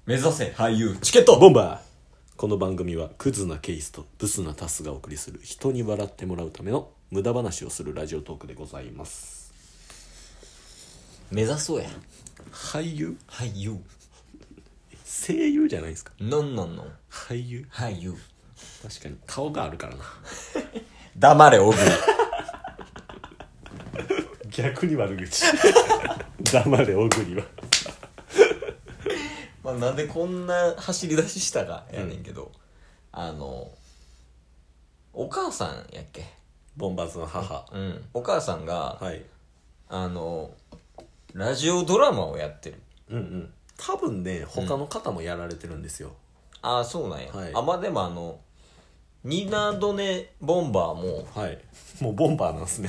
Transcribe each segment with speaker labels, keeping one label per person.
Speaker 1: 目指せ俳優チケット
Speaker 2: ボンバー。この番組はクズなケイスとブスなタスがお送りする人に笑ってもらうための無駄話をするラジオトークでございます。
Speaker 1: 目指そうや
Speaker 2: 俳優、
Speaker 1: 俳優
Speaker 2: 声優じゃないですか。
Speaker 1: なん
Speaker 2: 俳優、
Speaker 1: 俳優
Speaker 2: 確かに顔があるからな。
Speaker 1: 黙れ小栗
Speaker 2: 逆に悪口。黙れ小栗は。
Speaker 1: まあ、なんでこんな走り出ししたかやねんけど、お母さんやっけ、
Speaker 2: ボンバーズの母。
Speaker 1: お母さんが、
Speaker 2: はい。
Speaker 1: ラジオドラマをやってる。
Speaker 2: 多分ね、他の方もやられてるんですよ。
Speaker 1: ああ、そうなんや。
Speaker 2: はい
Speaker 1: まあでもニナドネボンバーも、
Speaker 2: はい。もうボンバーなんですね。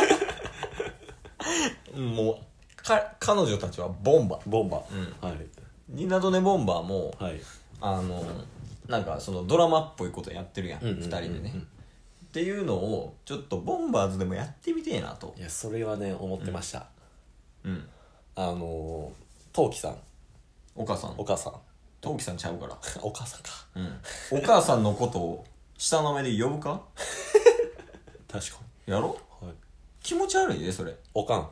Speaker 1: もう彼女たちはボンバー。
Speaker 2: ボンバー。はい。
Speaker 1: ニナドネボンバーも、
Speaker 2: はい。
Speaker 1: なんかそのドラマっぽいことやってるやん、二人でね。っていうのをちょっとボンバーズでもやってみてえなと。
Speaker 2: いや、それはね、思ってました。
Speaker 1: うん
Speaker 2: トウキさん。
Speaker 1: お母さん
Speaker 2: お母さん。
Speaker 1: トウキさんちゃうから
Speaker 2: お母さんか。
Speaker 1: お母さんのことを下の名前で呼ぶか
Speaker 2: 確か
Speaker 1: やろ、
Speaker 2: に。はい。
Speaker 1: 気持ち悪いでそれ。
Speaker 2: おかん。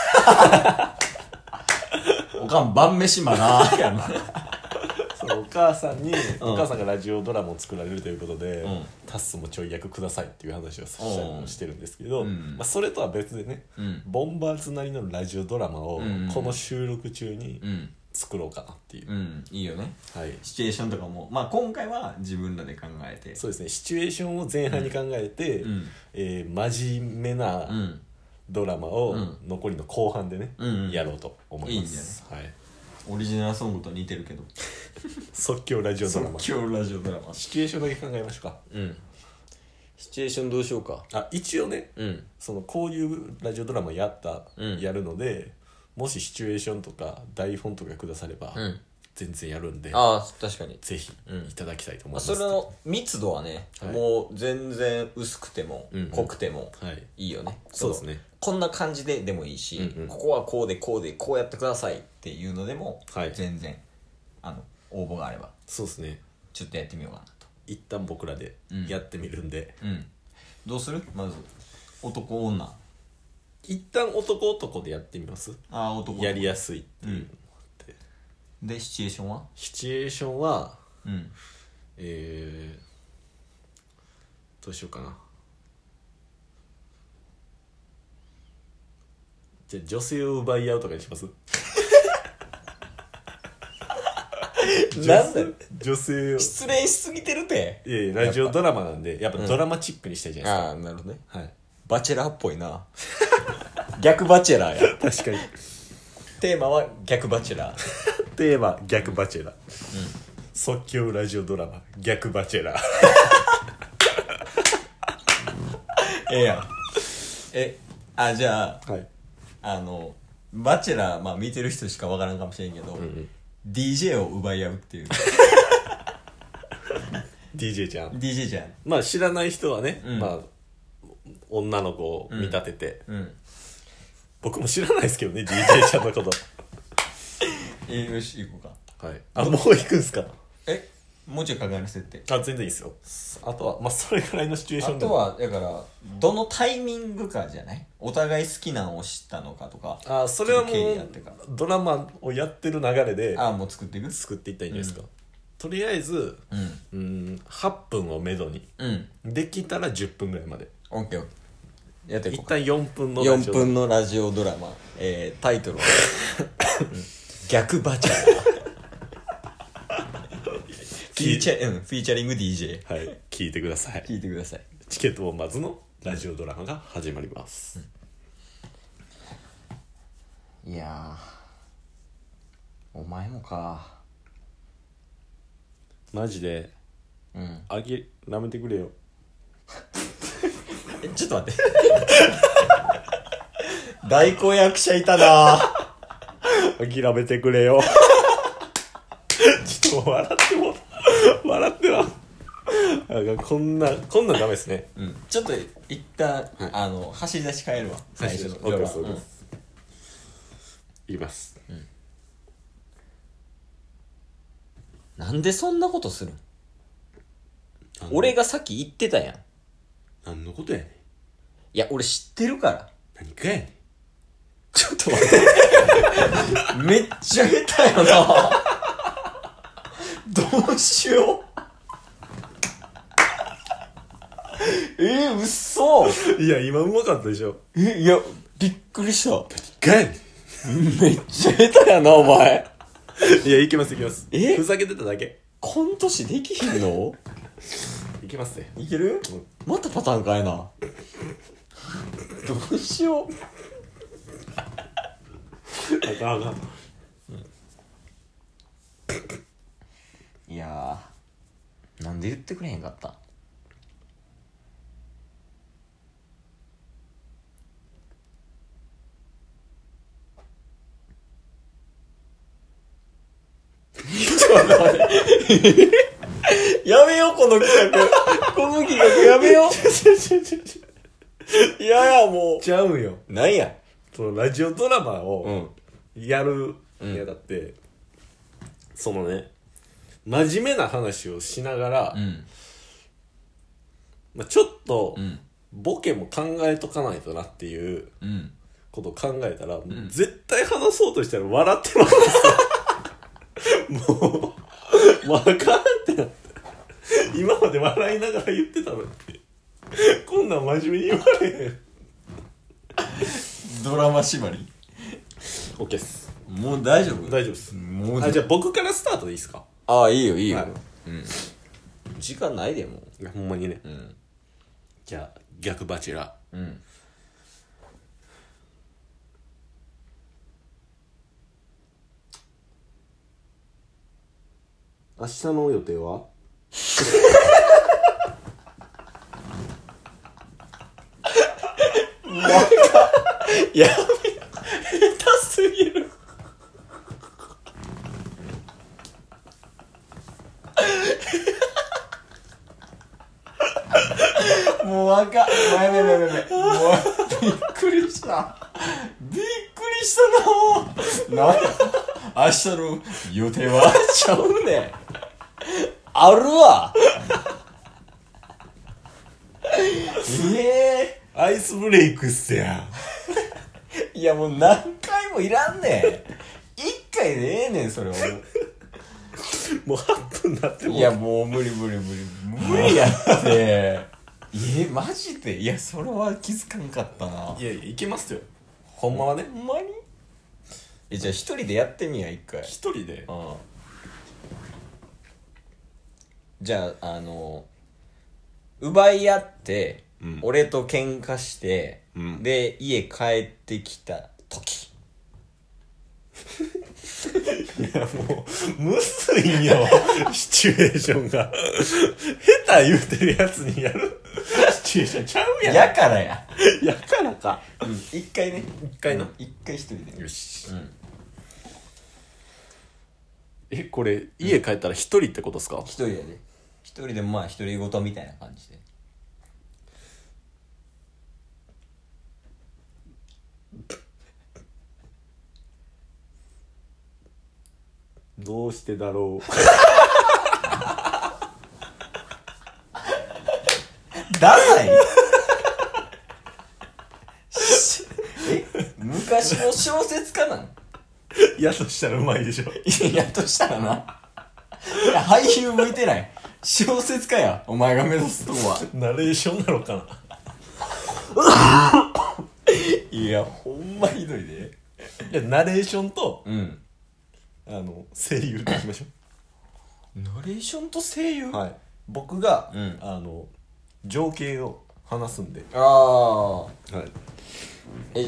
Speaker 1: おかん晩飯マナーやな
Speaker 2: そのお母さんに、お母さんがラジオドラマを作られるということで、タッスもちょい役くださいっていう話をしたりもしてるんですけど、それとは別でね、ボンバーズなりのラジオドラマをこの収録中に作ろうかなっていう、
Speaker 1: いいよね。
Speaker 2: はい、
Speaker 1: シチュエーションとかも、まあ今回は自分らで考えて、
Speaker 2: そうですね、シチュエーションを前半に考えて、真面目なドラマを残りの後半でね、やろうと思います。
Speaker 1: いいんじゃない。
Speaker 2: はい、
Speaker 1: オリジナルソングと似てるけど
Speaker 2: 即興ラジオドラマ。
Speaker 1: 即興ラジオドラマ。
Speaker 2: シチュエーションだけ考えましょうか。
Speaker 1: シチュエーションどうしようか。
Speaker 2: 一応ね、そのこういうラジオドラマやるので、もしシチュエーションとか台本とかくだされば、全然やるんで、
Speaker 1: ああ確かに
Speaker 2: ぜひいただきたいと思います。
Speaker 1: それの密度はね、もう全然薄くても、濃くてもいいよね。
Speaker 2: そうですね。
Speaker 1: こんな感じでもいいし、ここはこうでこうでこうやってくださいっていうのでも、全然応募があれば
Speaker 2: そうですね、
Speaker 1: ちょっとやってみようかなと。
Speaker 2: 一旦僕らでやってみるんで、
Speaker 1: どうする？まず男女、
Speaker 2: 一旦男でやってみます。
Speaker 1: 男
Speaker 2: やりやすいっていうの
Speaker 1: で、シチュエーションは
Speaker 2: どうしようかな。じゃあ女性を奪い合うとかにします。
Speaker 1: なんだよ、
Speaker 2: 女性を
Speaker 1: 失礼しすぎてるて。
Speaker 2: いやいや、ラジオドラマなんでやっぱドラマチックにしたいじゃないですか。
Speaker 1: なるほどね。
Speaker 2: はい、
Speaker 1: バチェラーっぽいな逆バチェラーや。
Speaker 2: 確かに。
Speaker 1: テーマは逆バチェラー。
Speaker 2: テーマ逆バチェラー、即興ラジオドラマ逆バチェラー。
Speaker 1: ええやん。じゃあ、
Speaker 2: はい、
Speaker 1: バチェラー、まあ見てる人しかわからんかもしれんけど、DJ を奪い合うっていう。
Speaker 2: DJ ちゃん。
Speaker 1: DJ ちゃん。
Speaker 2: まあ知らない人はね、まあ女の子を見立てて、僕も知らないですけどね、DJ ちゃんのこと。
Speaker 1: よし、行こうか。
Speaker 2: はい。もう行くんすか？
Speaker 1: もうちょい考える設定。
Speaker 2: 全然いいですよ。あとはまあそれぐらいのシチュエーションで
Speaker 1: あとはだからどのタイミングかじゃない？お互い好きなのを知ったのかとか。
Speaker 2: それはもうドラマをやってる流れで
Speaker 1: もう作っていく？
Speaker 2: 作っていったらいいんじゃないですか。とりあえず8分をめどに、できたら10分ぐらいまで。
Speaker 1: オッケーやっていこうか。
Speaker 2: 一旦4分の
Speaker 1: 4分のラジオドラマ、タイトルは逆バチェラー。フィーチャリング DJ。
Speaker 2: はい、聞いてください。
Speaker 1: 聞いてください。
Speaker 2: チケットボンバーズのラジオドラマが始まります。
Speaker 1: いやー、お前もか。
Speaker 2: マジで諦めてくれよ。
Speaker 1: ちょっと待って。大根役者いたな。
Speaker 2: 諦めてくれよ。ちょっと笑ってはこんなんダメですね。
Speaker 1: ちょっと一旦、走り出し変えるわ。最初の
Speaker 2: ドラマ。言います。
Speaker 1: なんでそんなことするん？俺がさっき言ってたやん。
Speaker 2: 何のことやねん。
Speaker 1: いや俺知ってるから。
Speaker 2: 何かやねん。
Speaker 1: ちょっと待ってめっちゃ下手やな。どうしよう。嘘。
Speaker 2: いや今うまかったでしょ。
Speaker 1: いやびっくりした。
Speaker 2: 何かやね
Speaker 1: ん。めっちゃ下手やなお前。
Speaker 2: いやいきますいきます。
Speaker 1: ふ
Speaker 2: ざけてただけ。
Speaker 1: コント師できひんの？
Speaker 2: いきますね。
Speaker 1: いける？またパターンかいな。どうしよう。
Speaker 2: あかんあかん。
Speaker 1: いやーなんで言ってくれへんかった。やめようこの企画。この企画やめよう。いやいやもう
Speaker 2: ちゃうんよ。
Speaker 1: なんや
Speaker 2: そのラジオドラマ
Speaker 1: う
Speaker 2: を
Speaker 1: ん
Speaker 2: やるにあたって、そのね真面目な話をしながら、
Speaker 1: うん
Speaker 2: まあ、ちょっと
Speaker 1: うん
Speaker 2: ボケも考えとかないとなっていう
Speaker 1: うん
Speaker 2: ことを考えたら、絶対話そうとしたら笑ってますもうあかんってなって、今まで笑いながら言ってたのにこんなん真面目に言われへん。
Speaker 1: ドラマ縛り
Speaker 2: OK っす。
Speaker 1: もう大丈夫？
Speaker 2: 大丈夫っす。
Speaker 1: もう
Speaker 2: じゃあ僕からスタートでいいっすか？
Speaker 1: ああいいよいいよ、
Speaker 2: はい、
Speaker 1: うん時間ないでも
Speaker 2: いやほんまにね、
Speaker 1: うん
Speaker 2: じゃあ逆バチェラー。
Speaker 1: うん
Speaker 2: 明日の予定は？
Speaker 1: やめ下手すぎる。もうあかん。やめもうびっくりしたびっくりしたな。明日の予定はちゃうねん。あるわ。
Speaker 2: アイスブレイクっすや
Speaker 1: いやもう何回もいらんねん。一回でええねんそれ。
Speaker 2: ん。もう8分になっても。
Speaker 1: いやもう無理やってマジで。いやそれは気づかんかったな。
Speaker 2: いやいけますよほんまはね。
Speaker 1: ほんまに？じゃあ一人でやってみや一回。
Speaker 2: 一人で。
Speaker 1: うんじゃあ奪い合って、
Speaker 2: うん、
Speaker 1: 俺と喧嘩して、
Speaker 2: うん、
Speaker 1: で家帰ってきた時。
Speaker 2: いやもうむずいんよシチュエーションが下手言うてるやつにやるシチュエーションちゃうやん。
Speaker 1: やからや
Speaker 2: か、
Speaker 1: 一回ね
Speaker 2: 一回な、
Speaker 1: 一回一人で。
Speaker 2: よし、これ家帰ったら一人ってことですか？
Speaker 1: 一人やで。一人でもまあ独り言みたいな感じで。
Speaker 2: どうしてだろう
Speaker 1: ダサい昔の小説家なん？
Speaker 2: やとしたらうまいでしょ。
Speaker 1: やっとしたらな。いや俳優向いてない。小説家やお前が目指すとこは。
Speaker 2: ナレーションなのか
Speaker 1: いやほんまひどいで。
Speaker 2: いやナレーションと
Speaker 1: うん
Speaker 2: 声優っていきましょ
Speaker 1: ナレーションと声優。
Speaker 2: う。はい、僕が、
Speaker 1: うん
Speaker 2: 情景を話すんで。
Speaker 1: ああ
Speaker 2: はい。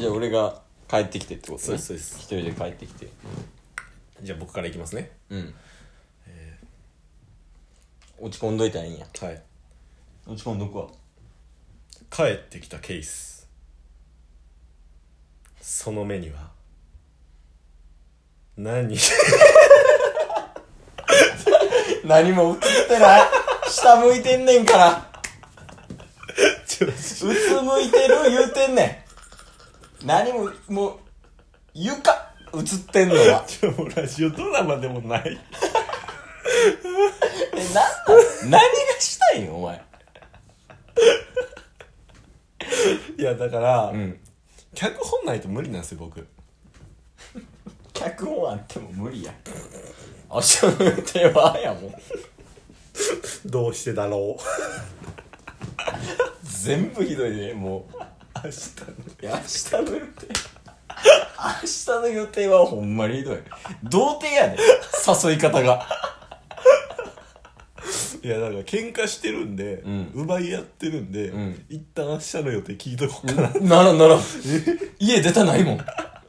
Speaker 1: じゃあ俺が帰ってきてってことね。
Speaker 2: そうですそうです。
Speaker 1: 一人で帰ってきて。
Speaker 2: じゃあ僕からいきますね。
Speaker 1: うん落ち込んどいたらいいんや。
Speaker 2: はい。
Speaker 1: 落ち込んどくわ。
Speaker 2: 帰ってきたケース。その目には何
Speaker 1: 何も映ってない。下向いてんねんから。うつむいてる言うてんねん。何ももう床映ってんのは。
Speaker 2: もうラジオドラマでもない
Speaker 1: 何がしたいんお前。
Speaker 2: いやだから、
Speaker 1: うん、
Speaker 2: 脚本ないと無理なんですよ僕。
Speaker 1: 脚本あっても無理や。明日の予定はやもん。
Speaker 2: どうしてだろう。
Speaker 1: 全部ひどいね。もう
Speaker 2: 明日
Speaker 1: 明日の予定明日の予定はほんまにひどい。童貞やで、誘い方が。
Speaker 2: いやだから喧嘩してるんで、
Speaker 1: うん、
Speaker 2: 奪い合ってるんで、
Speaker 1: うん、
Speaker 2: 一旦明日の予定聞いとこうかな。
Speaker 1: なら家出たないもん。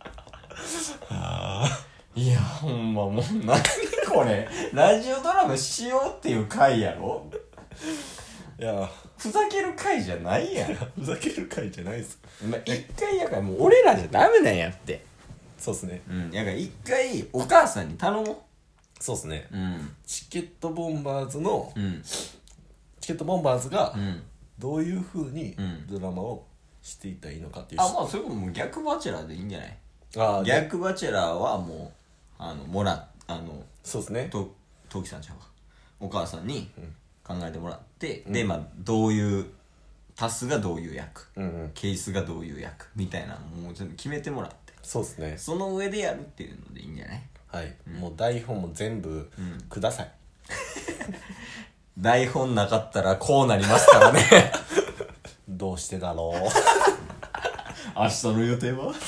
Speaker 1: いやほんまもう何これラジオドラマしようっていう回やろ。
Speaker 2: いや
Speaker 1: ふざける回じゃないやん。
Speaker 2: ふざける回じゃないです。
Speaker 1: 一回やからもう俺らじゃダメなんやって。
Speaker 2: そうっすね。
Speaker 1: やから一回お母さんに頼もう。
Speaker 2: そうっすね。
Speaker 1: うん、
Speaker 2: チケットボンバーズの、
Speaker 1: うん、
Speaker 2: チケットボンバーズが、
Speaker 1: うん、
Speaker 2: どういう風にドラマをしていったらいいのかっていう、ま
Speaker 1: あそれこそもう逆バチェラーでいいんじゃない。
Speaker 2: 逆
Speaker 1: バチェラーはもう
Speaker 2: そうですね。
Speaker 1: トキさんちゃうわ、お母さんに考えてもらって、
Speaker 2: うん、
Speaker 1: でどういうタスがどういう役、
Speaker 2: うんうん、
Speaker 1: ケースがどういう役みたいなもう全部決めてもらって、
Speaker 2: そうですね。
Speaker 1: その上でやるっていうのでいいんじゃない。
Speaker 2: はい、もう台本も全部ください。
Speaker 1: 台本なかったらこうなりますからね。
Speaker 2: どうしてだろう。
Speaker 1: 明日の予定は。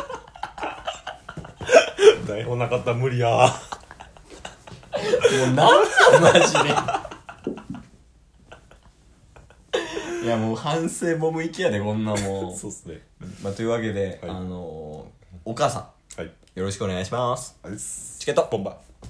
Speaker 2: 台本なかったら無理や。も
Speaker 1: うなんなんマジで。いやもう反省ボム行きやでこんなもん。
Speaker 2: そうっすね。
Speaker 1: というわけで、
Speaker 2: はい、
Speaker 1: お母さん、はい、よろしくお願いします。
Speaker 2: チ
Speaker 1: ケット
Speaker 2: ボンバー。